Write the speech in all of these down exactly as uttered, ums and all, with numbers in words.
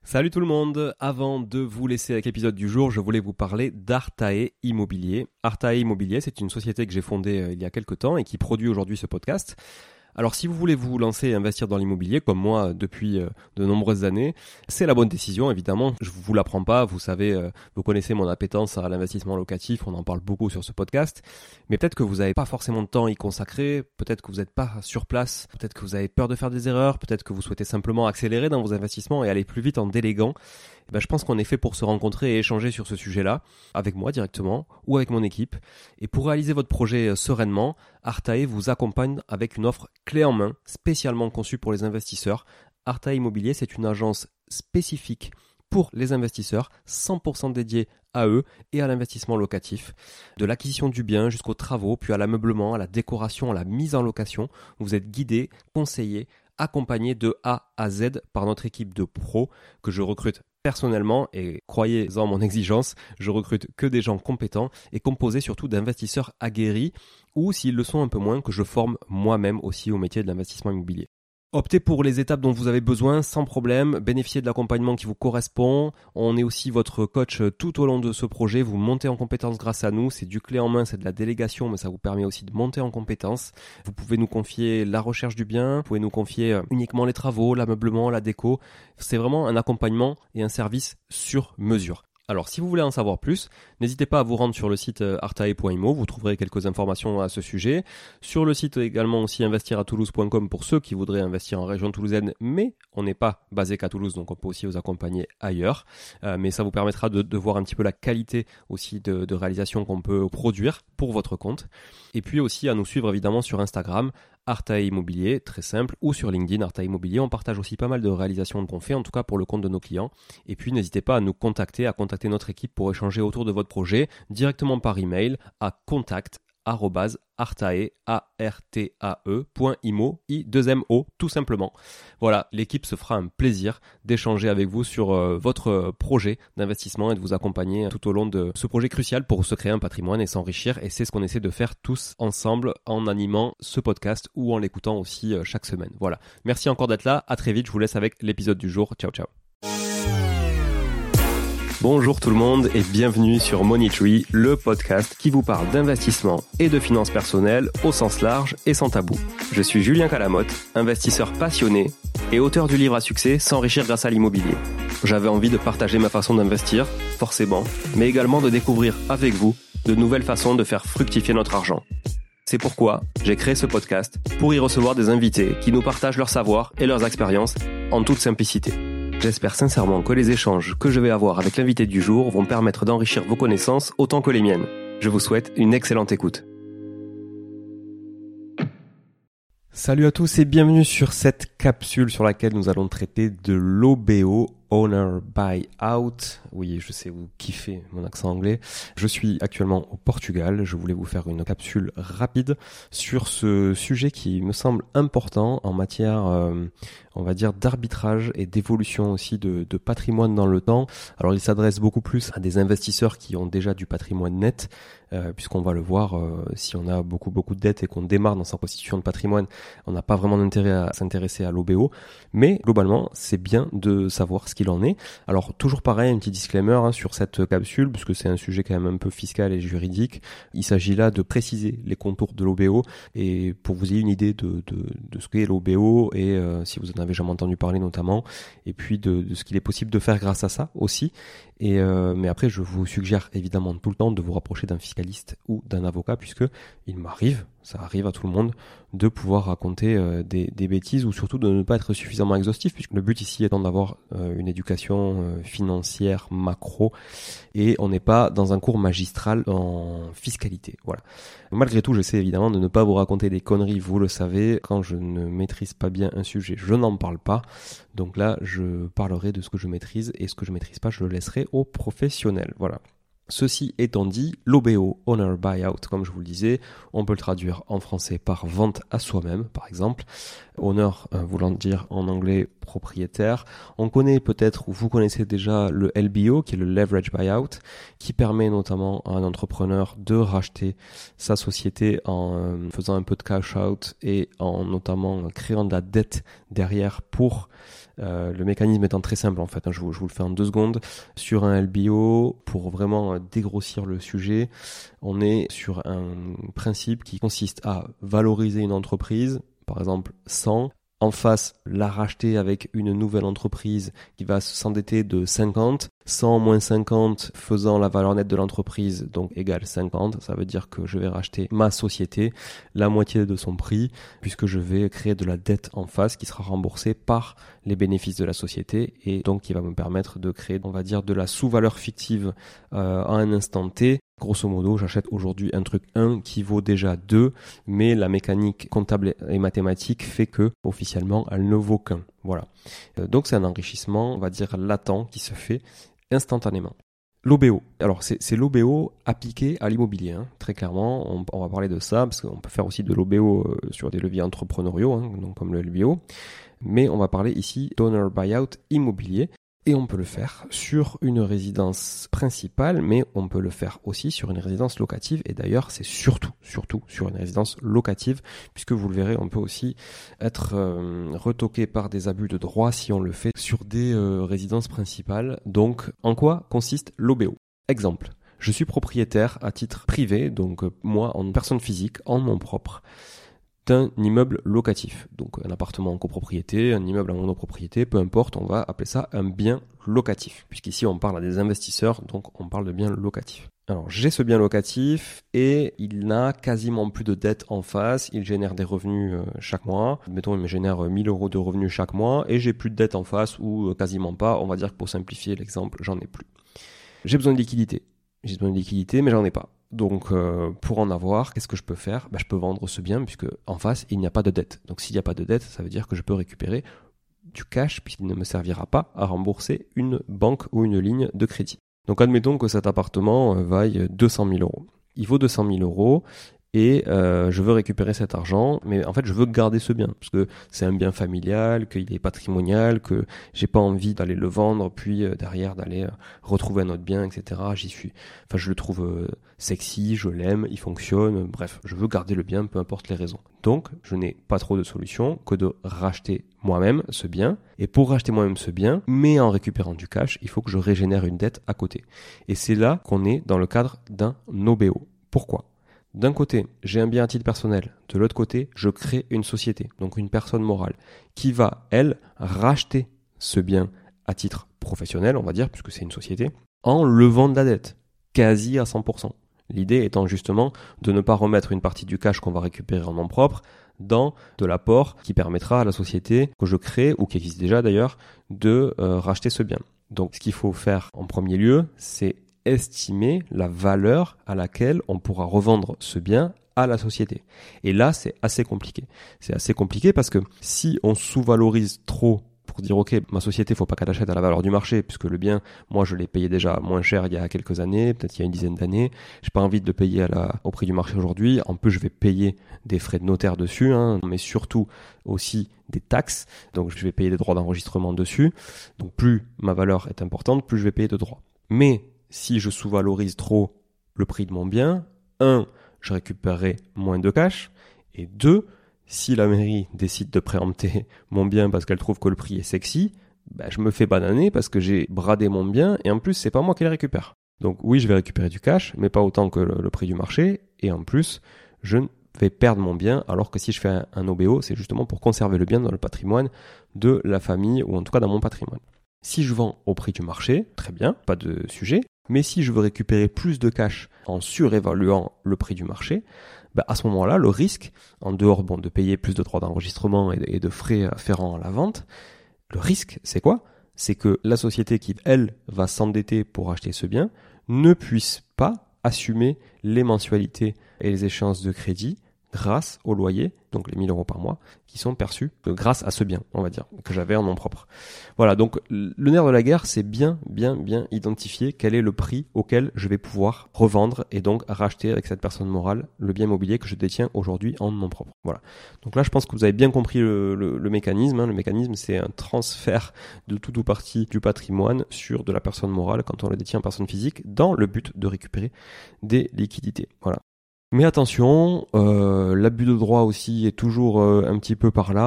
Salut tout le monde, avant de vous laisser avec l'épisode du jour, je voulais vous parler d'Artae Immobilier. Artae Immobilier, c'est une société que j'ai fondée euh, il y a quelques temps et qui produit aujourd'hui ce podcast. Alors si vous voulez vous lancer et investir dans l'immobilier, comme moi depuis euh, de nombreuses années, c'est la bonne décision évidemment. Je vous l'apprends pas, vous savez, euh, vous connaissez mon appétence à l'investissement locatif, on en parle beaucoup sur ce podcast. Mais peut-être que vous n'avez pas forcément de temps à y consacrer, peut-être que vous n'êtes pas sur place, peut-être que vous avez peur de faire des erreurs, peut-être que vous souhaitez simplement accélérer dans vos investissements et aller plus vite en déléguant. Eh ben, je pense qu'on est fait pour se rencontrer et échanger sur ce sujet-là, avec moi directement ou avec mon équipe. Et pour réaliser votre projet sereinement, Artae vous accompagne avec une offre clé en main, spécialement conçue pour les investisseurs. Artae Immobilier, c'est une agence spécifique pour les investisseurs, cent pour cent dédiée à eux et à l'investissement locatif. De l'acquisition du bien jusqu'aux travaux, puis à l'ameublement, à la décoration, à la mise en location. Vous êtes guidé, conseillé, accompagné de A à Z par notre équipe de pros que je recrute personnellement, et croyez-en mon exigence, je recrute que des gens compétents et composés surtout d'investisseurs aguerris ou, s'ils le sont un peu moins, que je forme moi-même aussi au métier de l'investissement immobilier. Optez pour les étapes dont vous avez besoin sans problème, bénéficiez de l'accompagnement qui vous correspond. On est aussi votre coach tout au long de ce projet, vous montez en compétences grâce à nous, c'est du clé en main, c'est de la délégation, mais ça vous permet aussi de monter en compétences. Vous pouvez nous confier la recherche du bien, vous pouvez nous confier uniquement les travaux, l'ameublement, la déco. C'est vraiment un accompagnement et un service sur mesure. Alors, si vous voulez en savoir plus, n'hésitez pas à vous rendre sur le site artae point imo, vous trouverez quelques informations à ce sujet. Sur le site également aussi investir à toulouse point com pour ceux qui voudraient investir en région toulousaine, mais on n'est pas basé qu'à Toulouse, donc on peut aussi vous accompagner ailleurs. Euh, mais ça vous permettra de, de voir un petit peu la qualité aussi de, de réalisation qu'on peut produire pour votre compte. Et puis aussi à nous suivre évidemment sur Instagram, Artae Immobilier, très simple, ou sur LinkedIn, Artae Immobilier. On partage aussi pas mal de réalisations qu'on fait, en tout cas pour le compte de nos clients. Et puis n'hésitez pas à nous contacter, à contacter notre équipe pour échanger autour de votre projet directement par email à contact arobase artae point imo, i deux m o tout simplement. Voilà, l'équipe se fera un plaisir d'échanger avec vous sur euh, votre projet d'investissement et de vous accompagner tout au long de ce projet crucial pour se créer un patrimoine et s'enrichir. Et c'est ce qu'on essaie de faire tous ensemble en animant ce podcast ou en l'écoutant aussi euh, chaque semaine. Voilà, merci encore d'être là, à très vite, je vous laisse avec l'épisode du jour. Ciao ciao. Bonjour tout le monde et bienvenue sur Money Tree, le podcast qui vous parle d'investissement et de finances personnelles au sens large et sans tabou. Je suis Julien Calamotte, investisseur passionné et auteur du livre à succès S'enrichir grâce à l'immobilier. J'avais envie de partager ma façon d'investir, forcément, mais également de découvrir avec vous de nouvelles façons de faire fructifier notre argent. C'est pourquoi j'ai créé ce podcast pour y recevoir des invités qui nous partagent leur savoir et leurs expériences en toute simplicité. J'espère sincèrement que les échanges que je vais avoir avec l'invité du jour vont permettre d'enrichir vos connaissances autant que les miennes. Je vous souhaite une excellente écoute. Salut à tous et bienvenue sur cette capsule sur laquelle nous allons traiter de l'O B O, Owner Buyout. Oui, je sais, vous kiffez mon accent anglais. Je suis actuellement au Portugal. Je voulais vous faire une capsule rapide sur ce sujet qui me semble important en matière, euh, on va dire, d'arbitrage et d'évolution aussi de, de patrimoine dans le temps. Alors, il s'adresse beaucoup plus à des investisseurs qui ont déjà du patrimoine net, euh, puisqu'on va le voir, euh, si on a beaucoup, beaucoup de dettes et qu'on démarre dans sa constitution de patrimoine, on n'a pas vraiment d'intérêt à s'intéresser à l'O B O. Mais globalement, c'est bien de savoir ce qu'il en est. Alors toujours pareil, un petit disclaimer hein, sur cette capsule, puisque c'est un sujet quand même un peu fiscal et juridique. Il s'agit là de préciser les contours de l'O B O et pour que vous ayez une idée de, de, de ce qu'est l'O B O et euh, si vous en avez jamais entendu parler notamment, et puis de, de ce qu'il est possible de faire grâce à ça aussi. Et euh, mais après, je vous suggère évidemment tout le temps de vous rapprocher d'un fiscaliste ou d'un avocat, puisque il m'arrive, ça arrive à tout le monde, de pouvoir raconter euh, des, des bêtises ou surtout de ne pas être suffisamment exhaustif, puisque le but ici étant d'avoir euh, une éducation euh, financière macro et on n'est pas dans un cours magistral en fiscalité. Voilà. Malgré tout, j'essaie évidemment de ne pas vous raconter des conneries, vous le savez. Quand je ne maîtrise pas bien un sujet, je n'en parle pas. Donc là, je parlerai de ce que je maîtrise et ce que je maîtrise pas, je le laisserai aux professionnels. Voilà. Ceci étant dit, l'O B O, Owner Buyout, comme je vous le disais, on peut le traduire en français par vente à soi-même, par exemple. Owner euh, voulant dire en anglais propriétaire. On connaît peut-être, ou vous connaissez déjà le L B O, qui est le Leverage Buyout, qui permet notamment à un entrepreneur de racheter sa société en euh, faisant un peu de cash out et en notamment créant de la dette derrière pour Euh, le mécanisme étant très simple en fait, hein, je, vous, je vous le fais en deux secondes. Sur un L B O, pour vraiment dégrossir le sujet, on est sur un principe qui consiste à valoriser une entreprise, par exemple cent, en face la racheter avec une nouvelle entreprise qui va s'endetter de cinquante, cent moins cinquante faisant la valeur nette de l'entreprise, donc égale cinquante, ça veut dire que je vais racheter ma société, la moitié de son prix, puisque je vais créer de la dette en face qui sera remboursée par les bénéfices de la société et donc qui va me permettre de créer, on va dire, de la sous-valeur fictive euh, à un instant T. Grosso modo, j'achète aujourd'hui un truc un qui vaut déjà deux, mais la mécanique comptable et mathématique fait que, officiellement, elle ne vaut qu'un. Voilà. Euh, donc c'est un enrichissement, on va dire, latent qui se fait instantanément. L'O B O. Alors c'est, c'est l'O B O appliqué à l'immobilier, hein. Très clairement, on, on va parler de ça, parce qu'on peut faire aussi de l'O B O euh, sur des leviers entrepreneuriaux, hein, donc comme le L B O. Mais on va parler ici d'owner buyout immobilier. Et on peut le faire sur une résidence principale, mais on peut le faire aussi sur une résidence locative. Et d'ailleurs, c'est surtout, surtout sur une résidence locative, puisque vous le verrez, on peut aussi être euh, retoqué par des abus de droit si on le fait sur des euh, résidences principales. Donc, en quoi consiste l'O B O ? Exemple, je suis propriétaire à titre privé, donc euh, moi, en personne physique, en nom propre, d'un immeuble locatif, donc un appartement en copropriété, un immeuble en monopropriété, peu importe, on va appeler ça un bien locatif, puisqu'ici on parle à des investisseurs, donc on parle de bien locatif. Alors j'ai ce bien locatif et il n'a quasiment plus de dette en face, il génère des revenus euh, chaque mois, admettons il me génère mille euros de revenus chaque mois et j'ai plus de dette en face ou euh, quasiment pas, on va dire que pour simplifier l'exemple, j'en ai plus. J'ai besoin de liquidité, j'ai besoin de liquidité mais j'en ai pas. Donc euh, pour en avoir, qu'est-ce que je peux faire ? Ben, je peux vendre ce bien puisque en face il n'y a pas de dette. Donc s'il n'y a pas de dette, ça veut dire que je peux récupérer du cash puisqu'il ne me servira pas à rembourser une banque ou une ligne de crédit. Donc admettons que cet appartement euh, vaille deux cent mille euros. Il vaut deux cent mille euros et euh, je veux récupérer cet argent, mais en fait je veux garder ce bien parce que c'est un bien familial, qu'il est patrimonial, que j'ai pas envie d'aller le vendre puis euh, derrière d'aller euh, retrouver un autre bien, et cetera. J'y suis, enfin je le trouve euh, sexy, je l'aime, il fonctionne, bref, je veux garder le bien, peu importe les raisons. Donc je n'ai pas trop de solution que de racheter moi-même ce bien, et pour racheter moi-même ce bien, mais en récupérant du cash, il faut que je régénère une dette à côté. Et c'est là qu'on est dans le cadre d'un O B O. Pourquoi ? D'un côté, j'ai un bien à titre personnel. De l'autre côté, je crée une société, donc une personne morale, qui va, elle, racheter ce bien à titre professionnel, on va dire, puisque c'est une société, en levant de la dette, quasi à cent pour cent. L'idée étant justement de ne pas remettre une partie du cash qu'on va récupérer en nom propre dans de l'apport qui permettra à la société que je crée, ou qui existe déjà d'ailleurs, de euh, racheter ce bien. Donc ce qu'il faut faire en premier lieu, c'est estimer la valeur à laquelle on pourra revendre ce bien à la société. Et là, c'est assez compliqué. C'est assez compliqué parce que si on sous-valorise trop pour dire ok, ma société, faut pas qu'elle achète à la valeur du marché puisque le bien, moi, je l'ai payé déjà moins cher il y a quelques années, peut-être il y a une dizaine d'années. J'ai pas envie de le payer à la, au prix du marché aujourd'hui. En plus, je vais payer des frais de notaire dessus, hein, mais surtout aussi des taxes. Donc, je vais payer des droits d'enregistrement dessus. Donc, plus ma valeur est importante, plus je vais payer de droits. Mais si je sous-valorise trop le prix de mon bien, un, je récupérerai moins de cash, et deux, si la mairie décide de préempter mon bien parce qu'elle trouve que le prix est sexy, ben je me fais bananer parce que j'ai bradé mon bien et en plus c'est pas moi qui le récupère. Donc oui, je vais récupérer du cash, mais pas autant que le, le prix du marché, et en plus je vais perdre mon bien, alors que si je fais un, un O B O, c'est justement pour conserver le bien dans le patrimoine de la famille, ou en tout cas dans mon patrimoine. Si je vends au prix du marché, très bien, pas de sujet. Mais si je veux récupérer plus de cash en surévaluant le prix du marché, bah à ce moment-là, le risque, en dehors bon, de payer plus de droits d'enregistrement et de, et de frais afférents à la vente, le risque, c'est quoi ? C'est que la société qui, elle, va s'endetter pour acheter ce bien, ne puisse pas assumer les mensualités et les échéances de crédit grâce au loyer, donc les mille euros par mois, qui sont perçus grâce à ce bien, on va dire, que j'avais en nom propre. Voilà, donc le nerf de la guerre, c'est bien, bien, bien identifier quel est le prix auquel je vais pouvoir revendre et donc racheter avec cette personne morale le bien immobilier que je détiens aujourd'hui en nom propre. Voilà. Donc là, je pense que vous avez bien compris le, le, le mécanisme. Hein. Le mécanisme, c'est un transfert de tout ou partie du patrimoine sur de la personne morale quand on le détient en personne physique dans le but de récupérer des liquidités. Voilà. Mais attention, euh, l'abus de droit aussi est toujours euh, un petit peu par là.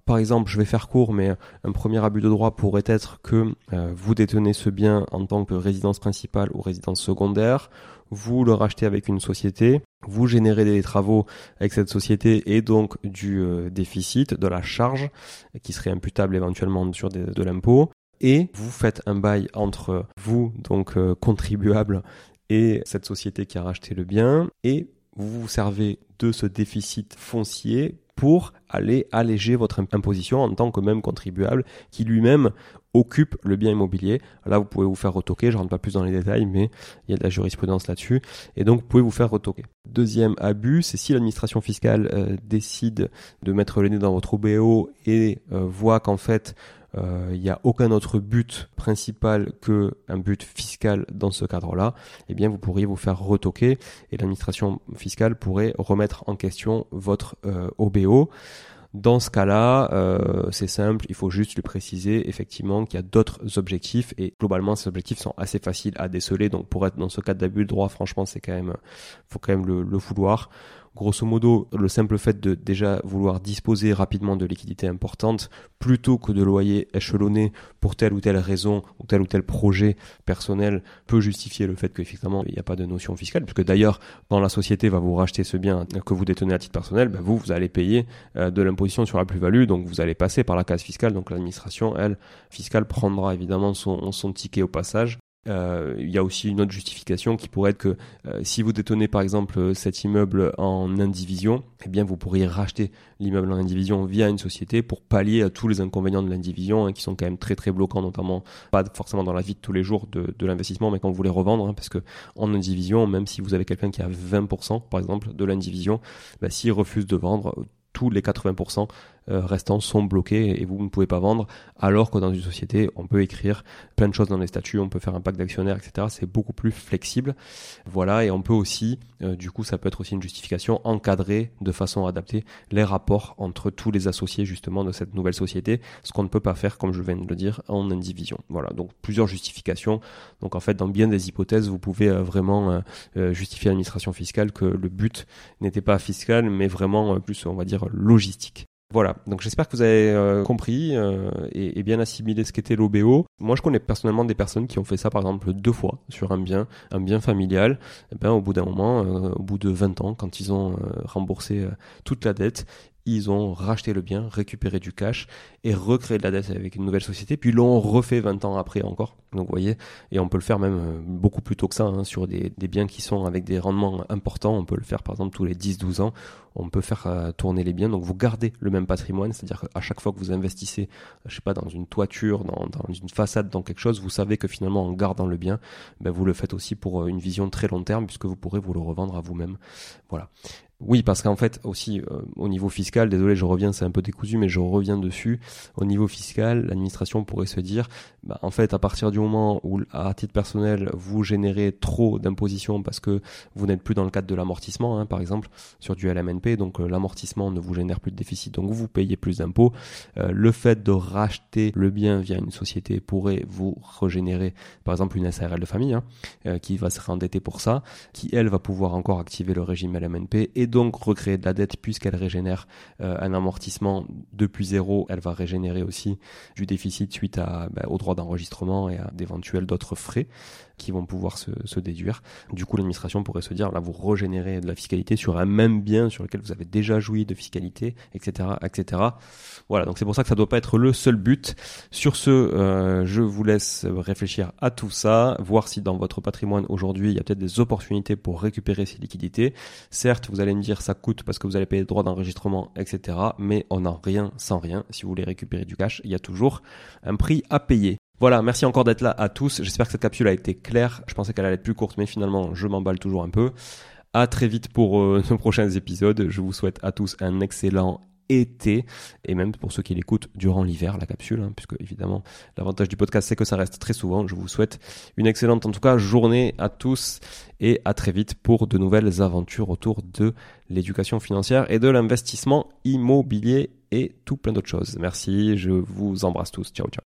par exemple, je vais faire court, mais un premier abus de droit pourrait être que euh, vous détenez ce bien en tant que résidence principale ou résidence secondaire, vous le rachetez avec une société, vous générez des travaux avec cette société et donc du euh, déficit, de la charge qui serait imputable éventuellement sur des, de l'impôt, et vous faites un bail entre vous, donc euh, contribuable, et cette société qui a racheté le bien, et vous vous servez de ce déficit foncier pour aller alléger votre imposition en tant que même contribuable qui lui-même occupe le bien immobilier. Là, vous pouvez vous faire retoquer, je ne rentre pas plus dans les détails, mais il y a de la jurisprudence là-dessus, et donc vous pouvez vous faire retoquer. Deuxième abus, c'est si l'administration fiscale euh, décide de mettre le nez dans votre O B O et euh, voit qu'en fait, il euh, n'y a aucun autre but principal qu'un but fiscal dans ce cadre-là, eh bien vous pourriez vous faire retoquer et l'administration fiscale pourrait remettre en question votre euh, O B O. Dans ce cas-là, euh, c'est simple, il faut juste lui préciser effectivement qu'il y a d'autres objectifs et globalement ces objectifs sont assez faciles à déceler. Donc pour être dans ce cas d'abus de droit, franchement, c'est quand même, faut quand même le, le vouloir. Grosso modo, le simple fait de déjà vouloir disposer rapidement de liquidités importantes plutôt que de loyers échelonnés pour telle ou telle raison ou tel ou tel projet personnel peut justifier le fait qu'effectivement il n'y a pas de notion fiscale, puisque d'ailleurs quand la société va vous racheter ce bien que vous détenez à titre personnel, ben vous, vous allez payer euh, de l'imposition sur la plus-value, donc vous allez passer par la case fiscale, donc l'administration, elle, fiscale prendra évidemment son, son ticket au passage. Euh, il y a aussi une autre justification qui pourrait être que euh, si vous détenez par exemple cet immeuble en indivision, eh bien vous pourriez racheter l'immeuble en indivision via une société pour pallier à tous les inconvénients de l'indivision hein, qui sont quand même très très bloquants, notamment pas forcément dans la vie de tous les jours de, de l'investissement, mais quand vous voulez revendre, hein, parce que en indivision, même si vous avez quelqu'un qui a vingt pour cent par exemple de l'indivision, bah, s'il refuse de vendre, tous les quatre-vingts pour cent restants sont bloqués et vous ne pouvez pas vendre, alors que dans une société, on peut écrire plein de choses dans les statuts, on peut faire un pacte d'actionnaires, et cetera. C'est beaucoup plus flexible. Voilà, et on peut aussi, euh, du coup, ça peut être aussi une justification, encadrer de façon adaptée les rapports entre tous les associés justement de cette nouvelle société, ce qu'on ne peut pas faire, comme je viens de le dire, en indivision. Voilà, donc plusieurs justifications. Donc en fait, dans bien des hypothèses, vous pouvez euh, vraiment euh, justifier à l'administration fiscale que le but n'était pas fiscal, mais vraiment euh, plus, on va dire, logistique. Voilà, donc j'espère que vous avez euh, compris euh, et, et bien assimilé ce qu'était l'O B O. Moi, je connais personnellement des personnes qui ont fait ça, par exemple, deux fois sur un bien, un bien familial. Et ben, au bout d'un moment, euh, au bout de vingt ans, quand ils ont euh, remboursé euh, toute la dette, ils ont racheté le bien, récupéré du cash et recréé de la dette avec une nouvelle société, puis l'ont refait vingt ans après encore. Donc vous voyez, et on peut le faire même beaucoup plus tôt que ça, hein, sur des, des biens qui sont avec des rendements importants. On peut le faire par exemple tous les dix douze ans, on peut faire euh, tourner les biens. Donc vous gardez le même patrimoine, c'est-à-dire qu'à chaque fois que vous investissez, je sais pas, dans une toiture, dans, dans une façade, dans quelque chose, vous savez que finalement en gardant le bien, ben, vous le faites aussi pour une vision très long terme, puisque vous pourrez vous le revendre à vous-même. Voilà. Oui, parce qu'en fait, aussi, euh, au niveau fiscal, désolé, je reviens, c'est un peu décousu, mais je reviens dessus. Au niveau fiscal, l'administration pourrait se dire, bah, en fait, à partir du moment où, à titre personnel, vous générez trop d'impositions parce que vous n'êtes plus dans le cadre de l'amortissement, hein, par exemple, sur du L M N P, donc euh, l'amortissement ne vous génère plus de déficit, donc vous payez plus d'impôts. Euh, le fait de racheter le bien via une société pourrait vous régénérer, par exemple, une S A R L de famille, hein, euh, qui va se réendetter pour ça, qui, elle, va pouvoir encore activer le régime L M N P et donc recréer de la dette puisqu'elle régénère euh, un amortissement depuis zéro. Elle va régénérer aussi du déficit suite à, bah, au droit d'enregistrement et à d'éventuels d'autres frais qui vont pouvoir se, se déduire. Du coup, l'administration pourrait se dire, là, vous régénérez de la fiscalité sur un même bien sur lequel vous avez déjà joui de fiscalité, et cetera, et cetera. Voilà, donc c'est pour ça que ça ne doit pas être le seul but. Sur ce, euh, je vous laisse réfléchir à tout ça, voir si dans votre patrimoine aujourd'hui, il y a peut-être des opportunités pour récupérer ces liquidités. Certes, vous allez me dire, ça coûte parce que vous allez payer le droit d'enregistrement, et cetera. Mais on n'a rien sans rien. Si vous voulez récupérer du cash, il y a toujours un prix à payer. Voilà, merci encore d'être là à tous. J'espère que cette capsule a été claire. Je pensais qu'elle allait être plus courte, mais finalement, je m'emballe toujours un peu. À très vite pour euh, nos prochains épisodes. Je vous souhaite à tous un excellent été, et même pour ceux qui l'écoutent durant l'hiver, la capsule, hein, puisque évidemment, l'avantage du podcast, c'est que ça reste très souvent. Je vous souhaite une excellente, en tout cas, journée à tous, et à très vite pour de nouvelles aventures autour de l'éducation financière et de l'investissement immobilier et tout plein d'autres choses. Merci, je vous embrasse tous. Ciao, ciao.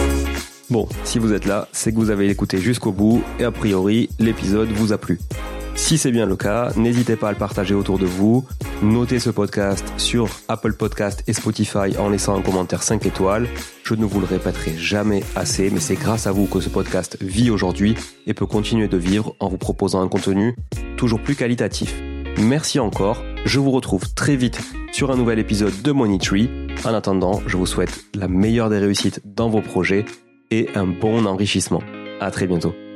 Bon, si vous êtes là, c'est que vous avez écouté jusqu'au bout et a priori, l'épisode vous a plu. Si c'est bien le cas, n'hésitez pas à le partager autour de vous. Notez ce podcast sur Apple Podcast et Spotify en laissant un commentaire cinq étoiles. Je ne vous le répéterai jamais assez, mais c'est grâce à vous que ce podcast vit aujourd'hui et peut continuer de vivre en vous proposant un contenu toujours plus qualitatif. Merci encore, je vous retrouve très vite sur un nouvel épisode de Money Tree. En attendant, je vous souhaite la meilleure des réussites dans vos projets et un bon enrichissement. À très bientôt.